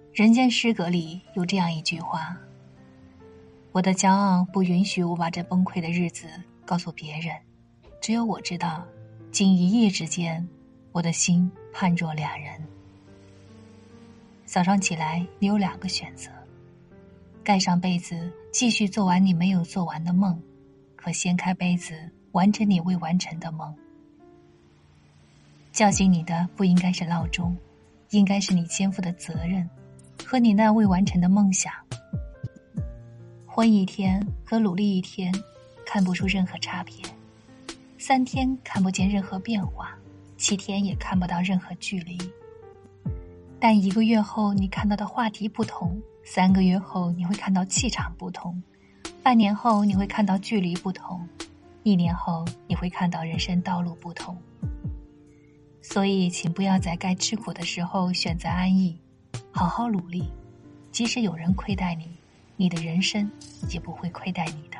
人间失格里有这样一句话：我的骄傲不允许我把这崩溃的日子告诉别人，只有我知道，仅一夜之间，我的心判若两人。早上起来，你有2个选择：盖上被子，继续做完你没有做完的梦，和掀开被子，完成你未完成的梦。叫醒你的不应该是闹钟，应该是你肩负的责任和你那未完成的梦想。混一天和努力一天看不出任何差别，3天看不见任何变化，7天也看不到任何距离。但1个月后你看到的话题不同，3个月后你会看到气场不同，半年后你会看到距离不同，1年后你会看到人生道路不同。所以请不要在该吃苦的时候选择安逸，好好努力，即使有人亏待你，你的人生也不会亏待你的。